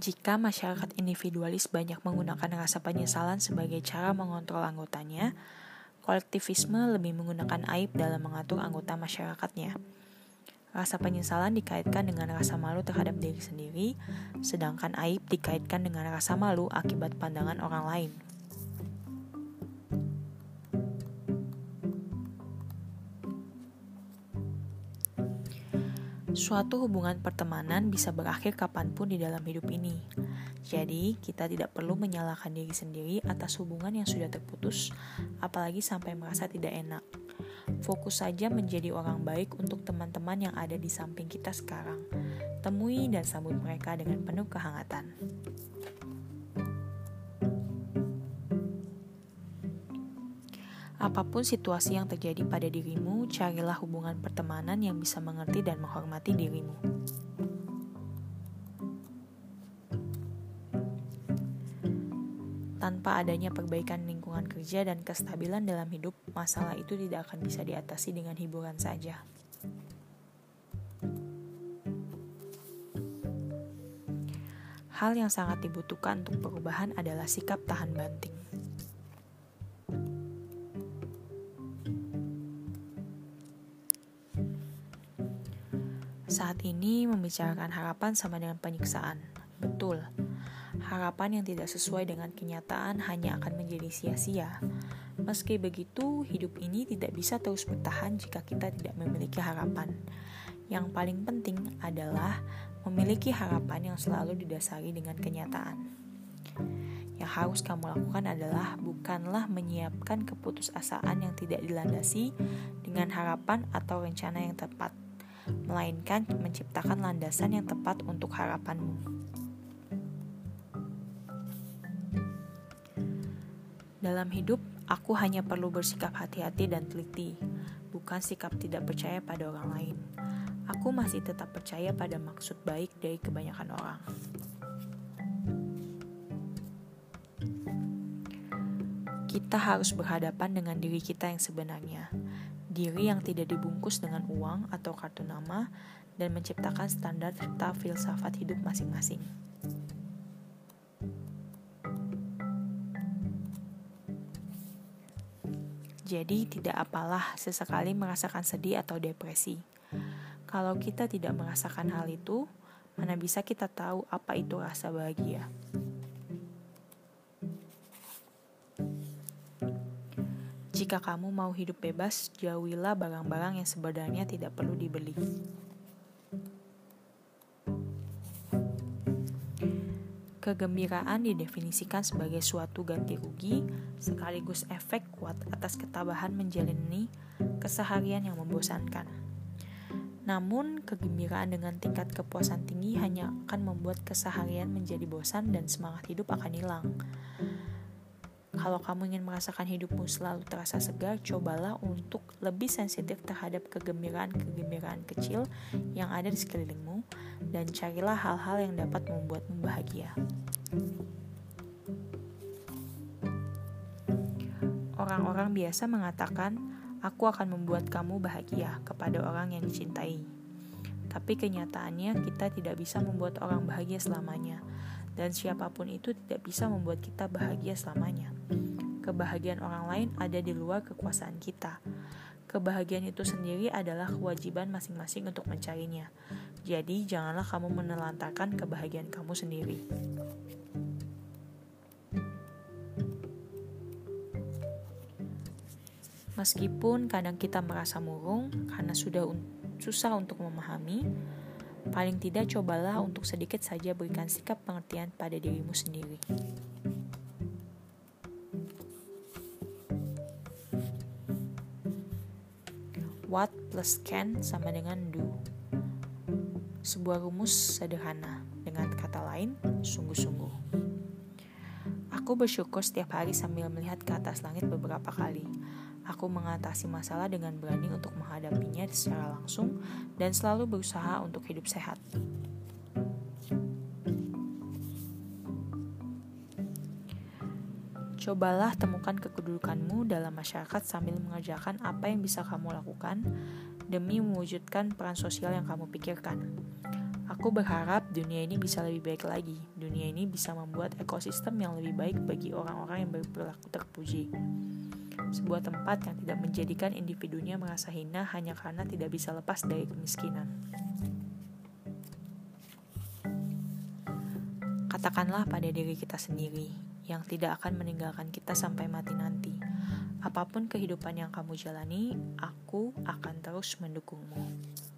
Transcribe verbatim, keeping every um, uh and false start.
Jika masyarakat individualis banyak menggunakan rasa penyesalan sebagai cara mengontrol anggotanya, kolektivisme lebih menggunakan aib dalam mengatur anggota masyarakatnya. Rasa penyesalan dikaitkan dengan rasa malu terhadap diri sendiri, sedangkan aib dikaitkan dengan rasa malu akibat pandangan orang lain. Suatu hubungan pertemanan bisa berakhir kapanpun di dalam hidup ini. Jadi, kita tidak perlu menyalahkan diri sendiri atas hubungan yang sudah terputus, apalagi sampai merasa tidak enak. Fokus saja menjadi orang baik untuk teman-teman yang ada di samping kita sekarang. Temui dan sambut mereka dengan penuh kehangatan. Apapun situasi yang terjadi pada dirimu, carilah hubungan pertemanan yang bisa mengerti dan menghormati dirimu. Tanpa adanya perbaikan lingkungan kerja dan kestabilan dalam hidup, masalah itu tidak akan bisa diatasi dengan hiburan saja. Hal yang sangat dibutuhkan untuk perubahan adalah sikap tahan banting. Saat ini membicarakan harapan sama dengan penyiksaan. Betul, harapan yang tidak sesuai dengan kenyataan hanya akan menjadi sia-sia. Meski begitu, hidup ini tidak bisa terus bertahan jika kita tidak memiliki harapan. Yang paling penting adalah memiliki harapan yang selalu didasari dengan kenyataan. Yang harus kamu lakukan adalah bukanlah menyiapkan keputusasaan yang tidak dilandasi dengan harapan atau rencana yang tepat, melainkan menciptakan landasan yang tepat untuk harapanmu. Dalam hidup, aku hanya perlu bersikap hati-hati dan teliti, bukan sikap tidak percaya pada orang lain. Aku masih tetap percaya pada maksud baik dari kebanyakan orang. Kita harus berhadapan dengan diri kita yang sebenarnya, diri yang tidak dibungkus dengan uang atau kartu nama, dan menciptakan standar serta filsafat hidup masing-masing. Jadi tidak apalah sesekali merasakan sedih atau depresi. Kalau kita tidak merasakan hal itu, mana bisa kita tahu apa itu rasa bahagia? Jika kamu mau hidup bebas, jauhilah barang-barang yang sebenarnya tidak perlu dibeli. Kegembiraan didefinisikan sebagai suatu ganti rugi, sekaligus efek kuat atas ketabahan menjalani keseharian yang membosankan. Namun, kegembiraan dengan tingkat kepuasan tinggi hanya akan membuat keseharian menjadi bosan dan semangat hidup akan hilang. Kalau kamu ingin merasakan hidupmu selalu terasa segar, cobalah untuk lebih sensitif terhadap kegembiraan-kegembiraan kecil yang ada di sekelilingmu, dan carilah hal-hal yang dapat membuatmu bahagia. Orang-orang biasa mengatakan, "Aku akan membuat kamu bahagia," kepada orang yang dicintai. Tapi kenyataannya kita tidak bisa membuat orang bahagia selamanya. Dan siapapun itu tidak bisa membuat kita bahagia selamanya. Kebahagiaan orang lain ada di luar kekuasaan kita. Kebahagiaan itu sendiri adalah kewajiban masing-masing untuk mencarinya. Jadi, janganlah kamu menelantarkan kebahagiaan kamu sendiri. Meskipun kadang kita merasa murung karena sudah un- susah untuk memahami, paling tidak cobalah untuk sedikit saja berikan sikap pengertian pada dirimu sendiri. What plus can sama dengan do. Sebuah rumus sederhana, dengan kata lain, sungguh-sungguh. Aku bersyukur setiap hari sambil melihat ke atas langit beberapa kali. Aku mengatasi masalah dengan berani untuk menghadapinya secara langsung dan selalu berusaha untuk hidup sehat. Cobalah temukan kedudukanmu dalam masyarakat sambil mengerjakan apa yang bisa kamu lakukan demi mewujudkan peran sosial yang kamu pikirkan. Aku berharap dunia ini bisa lebih baik lagi. Dunia ini bisa membuat ekosistem yang lebih baik bagi orang-orang yang berperilaku terpuji. Sebuah tempat yang tidak menjadikan individunya merasa hina hanya karena tidak bisa lepas dari kemiskinan. Katakanlah pada diri kita sendiri, yang tidak akan meninggalkan kita sampai mati nanti. Apapun kehidupan yang kamu jalani, aku akan terus mendukungmu.